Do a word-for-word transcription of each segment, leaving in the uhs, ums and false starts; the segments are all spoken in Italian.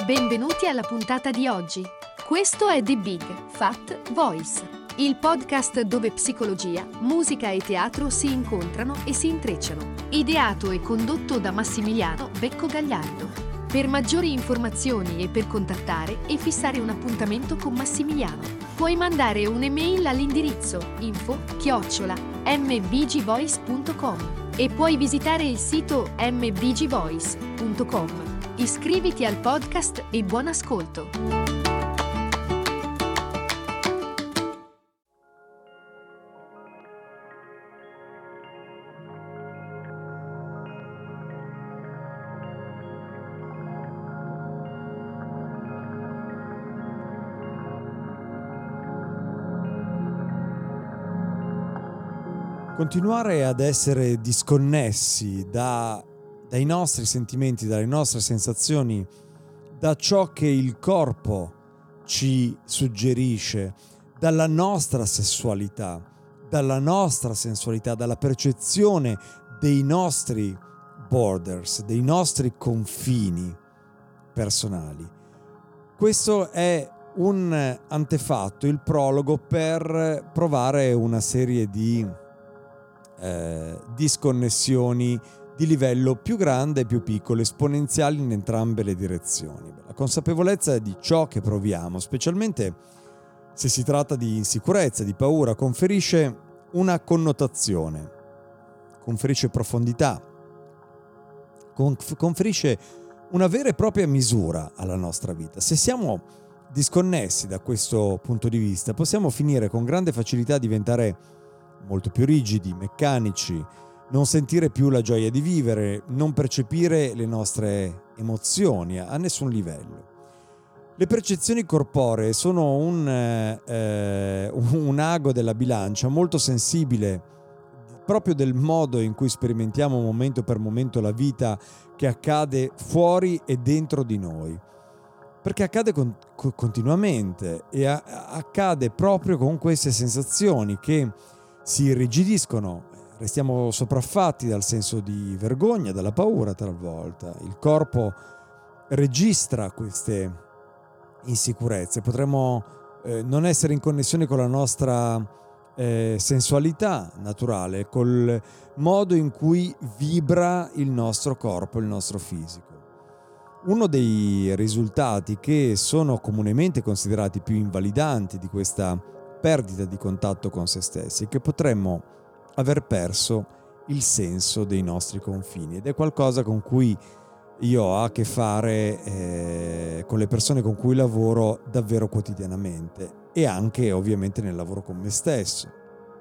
Benvenuti alla puntata di oggi. Questo è The Big Fat Voice, il podcast dove psicologia, musica e teatro si incontrano e si intrecciano. Ideato e condotto da Massimiliano Becco Gagliardo. Per maggiori informazioni e per contattare e fissare un appuntamento con Massimiliano, puoi mandare un'email all'indirizzo info chiocciola m b g voice punto com e puoi visitare il sito m b g voice punto com. Iscriviti al podcast e buon ascolto! Continuare ad essere disconnessi da, dai nostri sentimenti, dalle nostre sensazioni, da ciò che il corpo ci suggerisce, dalla nostra sessualità, dalla nostra sensualità, dalla percezione dei nostri borders, dei nostri confini personali. Questo è un antefatto, il prologo per provare una serie di Eh, disconnessioni di livello più grande e più piccolo, esponenziali in entrambe le direzioni. La consapevolezza di ciò che proviamo, specialmente se si tratta di insicurezza, di paura, conferisce una connotazione, conferisce profondità, conf- conferisce una vera e propria misura alla nostra vita. Se siamo disconnessi da questo punto di vista, possiamo finire con grande facilità a diventare molto più rigidi, meccanici, non sentire più la gioia di vivere, non percepire le nostre emozioni a nessun livello. Le percezioni corporee sono un, eh, un ago della bilancia molto sensibile proprio del modo in cui sperimentiamo momento per momento la vita che accade fuori e dentro di noi. Perché accade con, co- continuamente e a- accade proprio con queste sensazioni che si irrigidiscono, restiamo sopraffatti dal senso di vergogna, dalla paura talvolta. Il corpo registra queste insicurezze, potremmo eh, non essere in connessione con la nostra eh, sensualità naturale, col modo in cui vibra il nostro corpo, il nostro fisico. Uno dei risultati che sono comunemente considerati più invalidanti di questa perdita di contatto con se stessi è che potremmo aver perso il senso dei nostri confini, ed è qualcosa con cui io ho a che fare eh, con le persone con cui lavoro davvero quotidianamente e anche ovviamente nel lavoro con me stesso.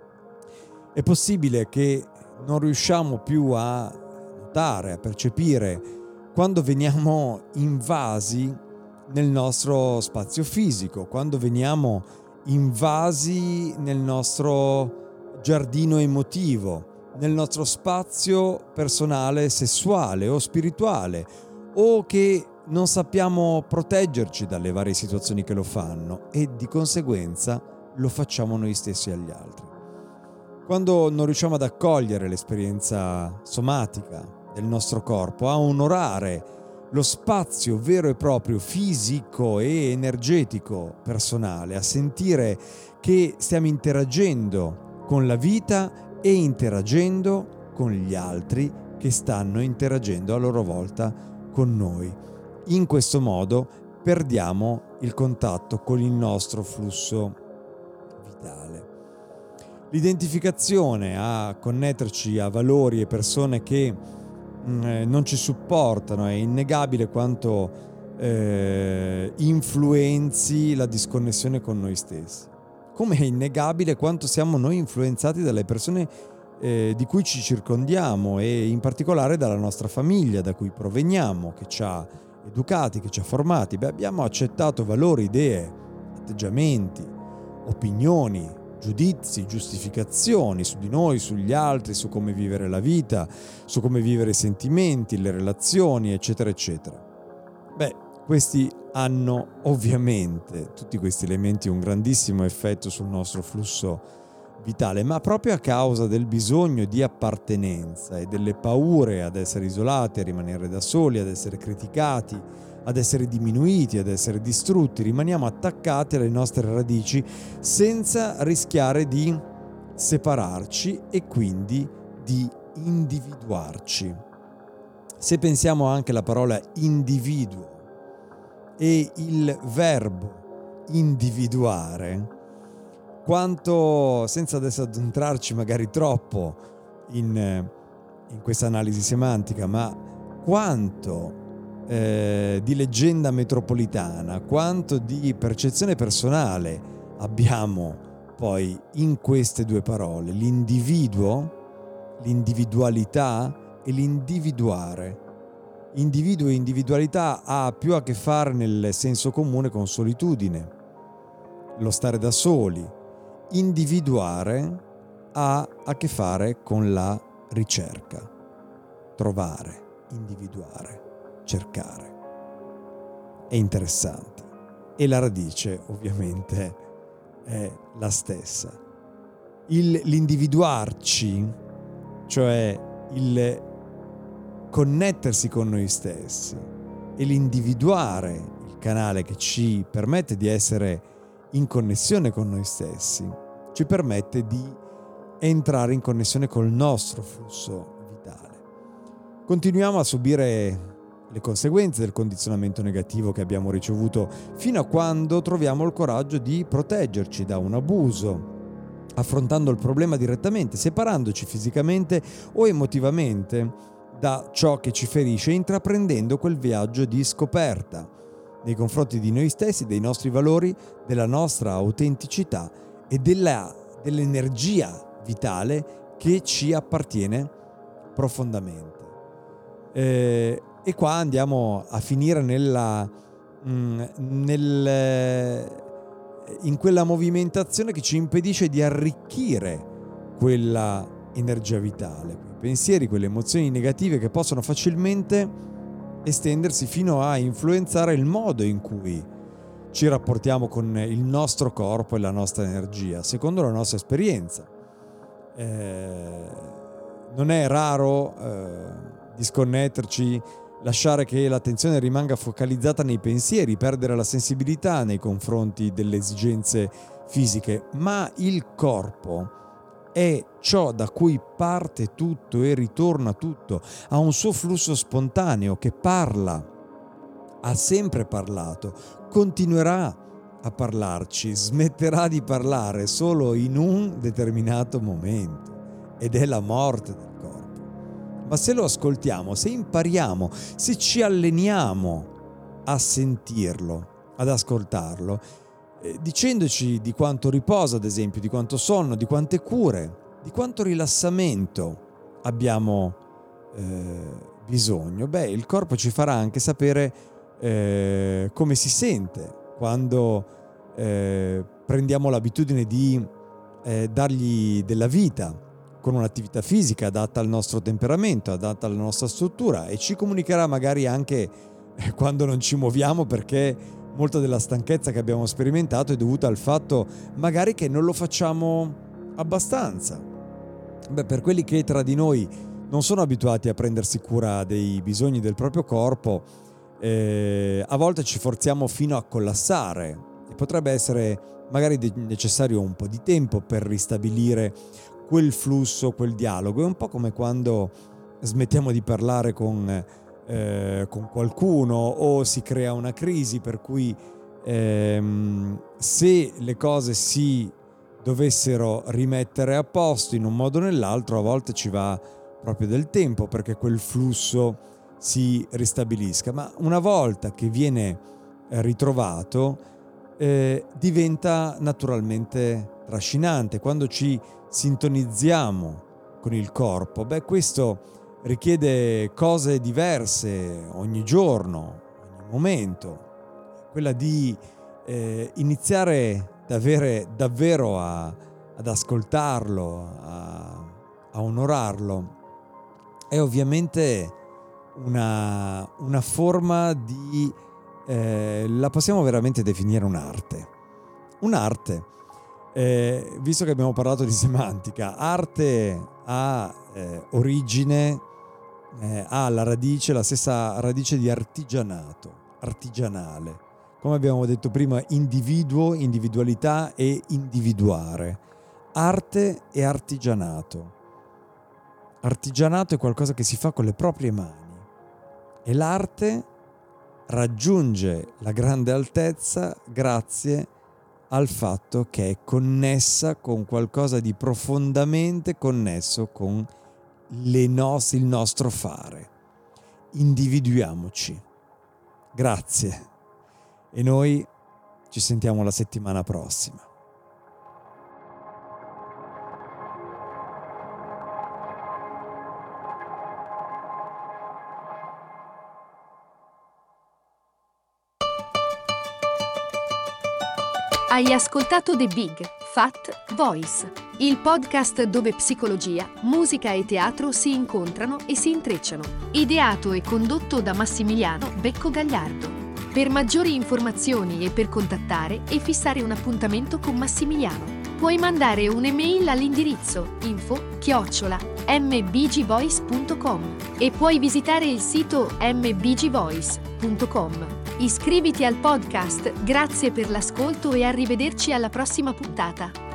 È possibile che non riusciamo più a notare, a percepire quando veniamo invasi nel nostro spazio fisico, quando veniamo invasi nel nostro giardino emotivo, nel nostro spazio personale, sessuale o spirituale, o che non sappiamo proteggerci dalle varie situazioni che lo fanno e di conseguenza lo facciamo noi stessi agli altri. Quando non riusciamo ad accogliere l'esperienza somatica del nostro corpo, a onorare lo spazio vero e proprio fisico e energetico personale, a sentire che stiamo interagendo con la vita e interagendo con gli altri che stanno interagendo a loro volta con noi. In questo modo perdiamo il contatto con il nostro flusso vitale. L'identificazione a connetterci a valori e persone che non ci supportano è innegabile quanto eh, influenzi la disconnessione con noi stessi. Come è innegabile quanto siamo noi influenzati dalle persone eh, di cui ci circondiamo e in particolare dalla nostra famiglia da cui proveniamo, che ci ha educati, che ci ha formati. Beh, abbiamo accettato valori, idee, atteggiamenti, opinioni, giudizi, giustificazioni su di noi, sugli altri, su come vivere la vita, su come vivere i sentimenti, le relazioni, eccetera, eccetera. Beh, questi hanno ovviamente, tutti questi elementi, un grandissimo effetto sul nostro flusso vitale, ma proprio a causa del bisogno di appartenenza e delle paure ad essere isolati, a rimanere da soli, ad essere criticati, ad essere diminuiti, ad essere distrutti, rimaniamo attaccati alle nostre radici senza rischiare di separarci e quindi di individuarci. Se pensiamo anche alla parola individuo e il verbo individuare, quanto, senza adesso addentrarci magari troppo in, in questa analisi semantica, ma quanto eh, di leggenda metropolitana, quanto di percezione personale abbiamo poi in queste due parole, l'individuo, l'individualità e l'individuare. Individuo e individualità ha più a che fare nel senso comune con solitudine, lo stare da soli. Individuare ha a che fare con la ricerca, trovare, individuare, cercare. È interessante e la radice ovviamente è la stessa. Il, l'individuarci, cioè il connettersi con noi stessi, e l'individuare il canale che ci permette di essere in connessione con noi stessi, ci permette di entrare in connessione col nostro flusso vitale. Continuiamo a subire le conseguenze del condizionamento negativo che abbiamo ricevuto fino a quando troviamo il coraggio di proteggerci da un abuso, affrontando il problema direttamente, separandoci fisicamente o emotivamente da ciò che ci ferisce, intraprendendo quel viaggio di scoperta nei confronti di noi stessi, dei nostri valori, della nostra autenticità e della, dell'energia vitale che ci appartiene profondamente. Eh, e qua andiamo a finire nella, mh, nel, in quella movimentazione che ci impedisce di arricchire quella energia vitale, quei pensieri, quelle emozioni negative che possono facilmente estendersi fino a influenzare il modo in cui ci rapportiamo con il nostro corpo e la nostra energia, secondo la nostra esperienza. Eh, non è raro eh, disconnetterci, lasciare che l'attenzione rimanga focalizzata nei pensieri, perdere la sensibilità nei confronti delle esigenze fisiche, ma il corpo è ciò da cui parte tutto e ritorna tutto, ha un suo flusso spontaneo che parla, ha sempre parlato, continuerà a parlarci, smetterà di parlare solo in un determinato momento, ed è la morte del corpo. Ma se lo ascoltiamo, se impariamo, se ci alleniamo a sentirlo, ad ascoltarlo, eh, dicendoci di quanto riposo, ad esempio, di quanto sonno, di quante cure, di quanto rilassamento abbiamo eh, bisogno, beh, il corpo ci farà anche sapere eh, come si sente quando eh, prendiamo l'abitudine di eh, dargli della vita con un'attività fisica adatta al nostro temperamento, adatta alla nostra struttura, e ci comunicherà magari anche eh, quando non ci muoviamo, perché molta della stanchezza che abbiamo sperimentato è dovuta al fatto magari che non lo facciamo abbastanza. Beh, per quelli che tra di noi non sono abituati a prendersi cura dei bisogni del proprio corpo, eh, a volte ci forziamo fino a collassare, e potrebbe essere magari necessario un po' di tempo per ristabilire quel flusso, quel dialogo. È un po' come quando smettiamo di parlare con, eh, con qualcuno, o si crea una crisi per cui ehm, se le cose si dovessero rimettere a posto in un modo o nell'altro, a volte ci va proprio del tempo perché quel flusso si ristabilisca, ma una volta che viene ritrovato eh, diventa naturalmente trascinante. Quando ci sintonizziamo con il corpo, beh, questo richiede cose diverse ogni giorno, ogni momento, quella di eh, iniziare ad avere davvero a, ad ascoltarlo, a, a onorarlo. È ovviamente una, una forma di, eh, la possiamo veramente definire un'arte. Un'arte Eh, visto che abbiamo parlato di semantica, arte ha eh, origine, eh, ha la radice, la stessa radice di artigianato, artigianale. Come abbiamo detto prima, individuo, individualità e individuare. Arte e artigianato. Artigianato è qualcosa che si fa con le proprie mani e l'arte raggiunge la grande altezza grazie al fatto che è connessa con qualcosa di profondamente connesso con le nos- il nostro fare. Individuiamoci. Grazie. E noi ci sentiamo la settimana prossima. Hai ascoltato The Big Fat Voice, il podcast dove psicologia, musica e teatro si incontrano e si intrecciano. Ideato e condotto da Massimiliano Becco Gagliardo. Per maggiori informazioni e per contattare e fissare un appuntamento con Massimiliano, puoi mandare un'email all'indirizzo info chiocciola m b g voice punto com e puoi visitare il sito m b g voice punto com. Iscriviti al podcast, grazie per l'ascolto e arrivederci alla prossima puntata.